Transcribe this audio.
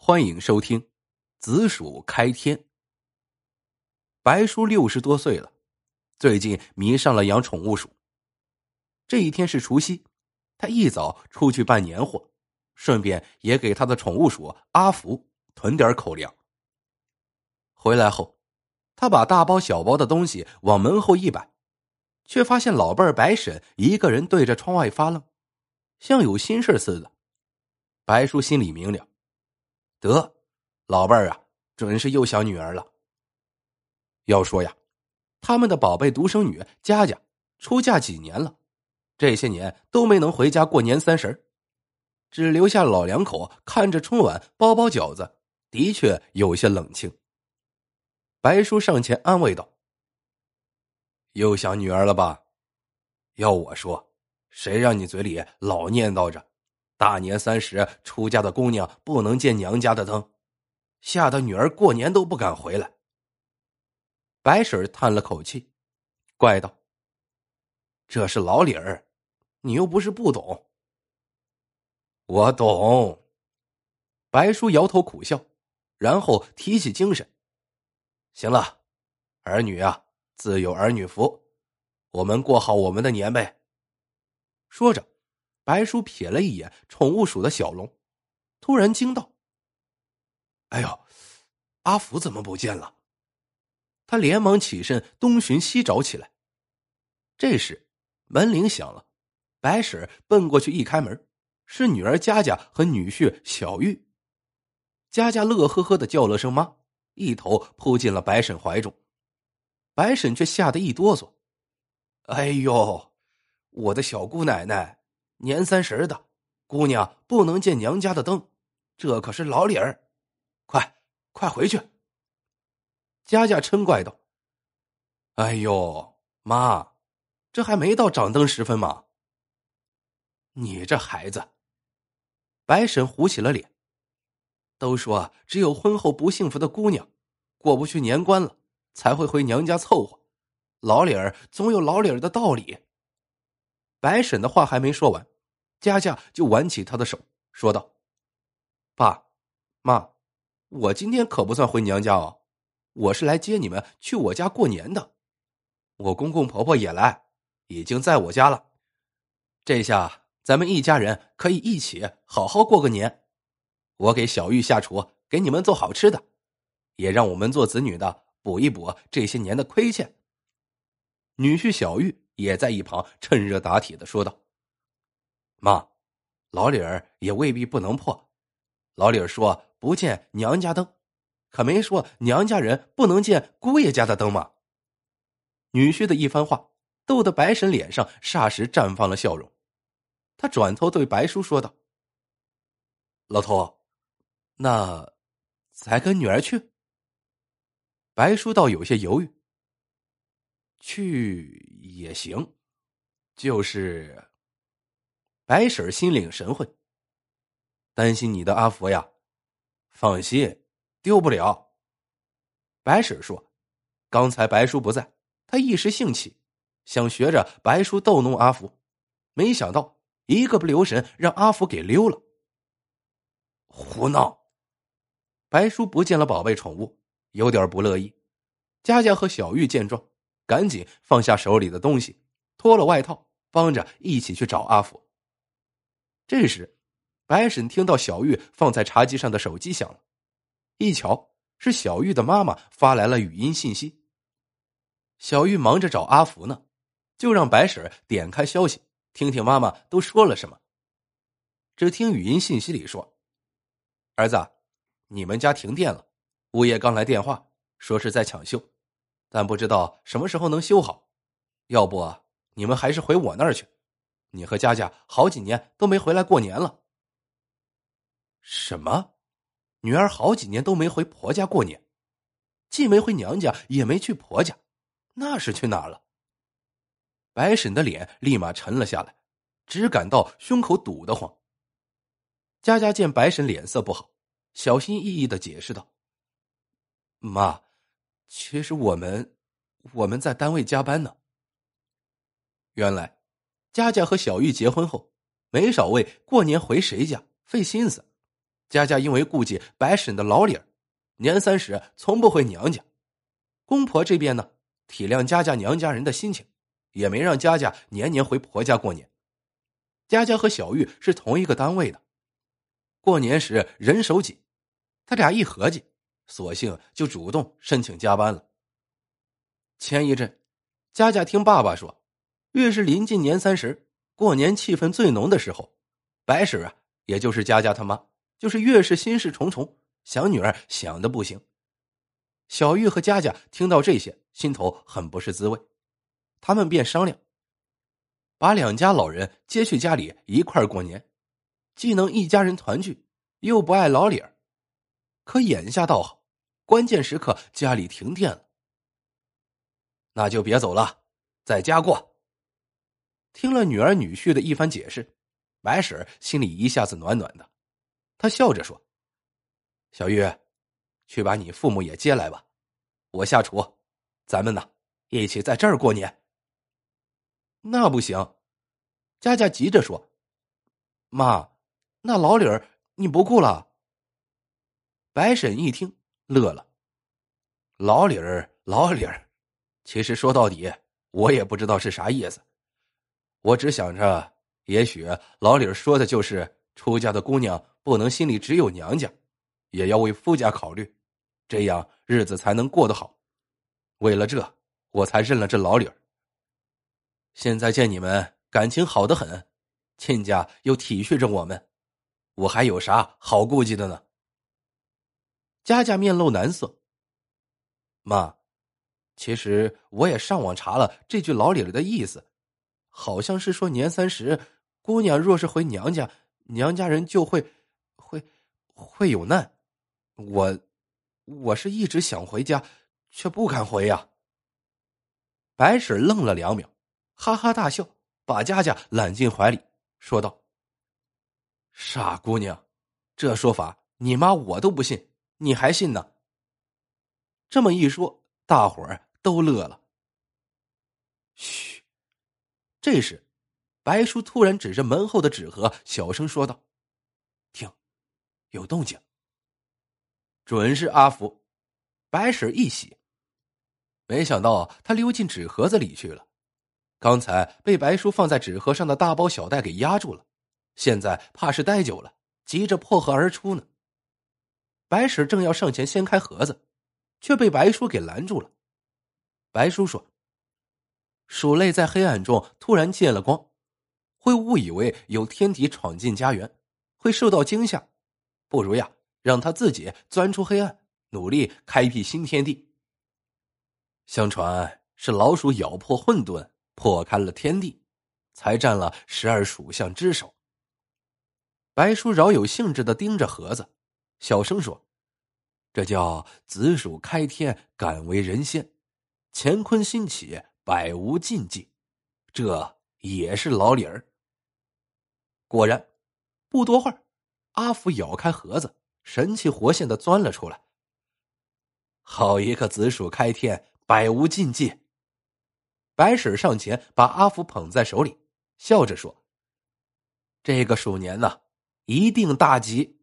欢迎收听《子鼠开天》。白叔60多岁了，最近迷上了养宠物鼠。这一天是除夕，他一早出去办年货，顺便也给他的宠物鼠阿福囤点口粮。回来后，他把大包小包的东西往门后一摆，却发现老伴儿白婶一个人对着窗外发愣，像有心事似的。白叔心里明了，得，老伴儿啊，准是又想女儿了。要说呀，他们的宝贝独生女佳佳出嫁几年了，这些年都没能回家过年30，只留下老两口看着春晚包包饺子，的确有些冷清。白叔上前安慰道：“又想女儿了吧？要我说，谁让你嘴里老念叨着大年30出嫁的姑娘不能见娘家的灯，吓得女儿过年都不敢回来。”白婶叹了口气，怪道：“这是老理儿，你又不是不懂。”我懂。白叔摇头苦笑，然后提起精神：“行了，儿女啊，自有儿女福，我们过好我们的年呗。”说着，白叔瞥了一眼宠物鼠的小龙，突然惊道：“哎呦，阿福怎么不见了？”他连忙起身东寻西找起来。这时门铃响了，白婶奔过去一开门，是女儿佳佳和女婿小玉。佳佳乐呵呵的叫了声妈，一头扑进了白婶怀中。白婶却吓得一哆嗦：“哎呦，我的小姑奶奶，年30的姑娘不能见娘家的灯，这可是老理儿，快回去。”佳佳嗔怪道：“哎呦，妈，这还没到掌灯时分吗？”你这孩子。白婶糊起了脸，都说只有婚后不幸福的姑娘过不去年关了才会回娘家凑合，老理儿总有老理儿的道理。白婶的话还没说完，佳佳就挽起她的手说道：“爸妈，我今天可不算回娘家哦，我是来接你们去我家过年的。我公公婆婆也来，已经在我家了。这下咱们一家人可以一起好好过个年。我给小玉下厨，给你们做好吃的，也让我们做子女的补一补这些年的亏欠。”女婿小玉也在一旁趁热打铁的说道：“妈，老理儿也未必不能破。老理儿说不见娘家灯，可没说娘家人不能见姑爷家的灯吗？”女婿的一番话逗得白婶脸上霎时绽放了笑容。他转头对白叔说道：“老头，那咱跟女儿去？”白叔倒有些犹豫：“去也行，就是……”白婶心领神会：“担心你的阿福呀。放心，丢不了。”白婶说：“刚才白叔不在，他一时兴起，想学着白叔逗弄阿福，没想到一个不留神让阿福给溜了。”胡闹！白叔不见了宝贝宠物，有点不乐意。佳佳和小玉见状，赶紧放下手里的东西，脱了外套，帮着一起去找阿福。这时白婶听到小玉放在茶几上的手机响了，一瞧是小玉的妈妈发来了语音信息。小玉忙着找阿福呢，就让白婶点开消息，听听妈妈都说了什么。只听语音信息里说：“儿子，你们家停电了，物业刚来电话，说是在抢修，但不知道什么时候能修好。要不你们还是回我那儿去，你和佳佳好几年都没回来过年了。”什么？女儿好几年都没回婆家过年，既没回娘家，也没去婆家，那是去哪儿了？白婶的脸立马沉了下来，只感到胸口堵得慌。佳佳见白婶脸色不好，小心翼翼地解释道：“妈，其实我们在单位加班呢。”原来佳佳和小玉结婚后，没少为过年回谁家费心思， 佳佳因为顾忌白婶的老理儿，年30从不回娘家。公婆这边呢，体谅佳佳娘家人的心情，也没让佳佳年年回婆家过年。佳佳和小玉是同一个单位的，过年时人手挤，他俩一合计，索性就主动申请加班了。前一阵，佳佳听爸爸说，越是临近年30，过年气氛最浓的时候，白婶啊，也就是佳佳他妈，就是越是心事重重，想女儿想得不行。小玉和佳佳听到这些，心头很不是滋味，他们便商量，把两家老人接去家里一块儿过年，既能一家人团聚，又不碍老理儿。可眼下倒好，关键时刻家里停电了。那就别走了，在家过。听了女儿女婿的一番解释，白婶心里一下子暖暖的。她笑着说，小玉，去把你父母也接来吧，我下厨，咱们呢一起在这儿过年。那不行，佳佳急着说，妈，那老理儿你不顾了。白婶一听乐了，老理儿老理儿，其实说到底我也不知道是啥意思，我只想着也许老理儿说的就是出嫁的姑娘不能心里只有娘家，也要为夫家考虑，这样日子才能过得好。为了这，我才认了这老理儿。现在见你们感情好得很，亲家又体恤着我们，我还有啥好顾忌的呢？佳佳面露难色，妈，其实我也上网查了这句老理儿的意思，好像是说年30，姑娘若是回娘家，娘家人就会有难。我是一直想回家，却不敢回呀。白婶愣了2秒，哈哈大笑，把佳佳揽进怀里，说道：“傻姑娘，这说法你妈我都不信，你还信呢？”这么一说，大伙儿都乐了。嘘！这时，白叔突然指着门后的纸盒，小声说道：“听，有动静。”准是阿福。白婶一喜，没想到他溜进纸盒子里去了。刚才被白叔放在纸盒上的大包小袋给压住了，现在怕是待久了，急着破盒而出呢。白婶正要上前掀开盒子，却被白叔给拦住了。白叔说，鼠类在黑暗中突然见了光，会误以为有天敌闯进家园，会受到惊吓，不如呀让他自己钻出黑暗，努力开辟新天地。相传是老鼠咬破混沌，破开了天地，才占了12属相之首。白叔饶有兴致地盯着盒子，小声说，这叫子鼠开天，敢为人先，乾坤兴起，百无禁忌，这也是老理儿。果然，不多会儿，阿福咬开盒子，神气活现地钻了出来。好一个子鼠开天，百无禁忌！白婶上前把阿福捧在手里，笑着说：“这个鼠年呢，一定大吉。”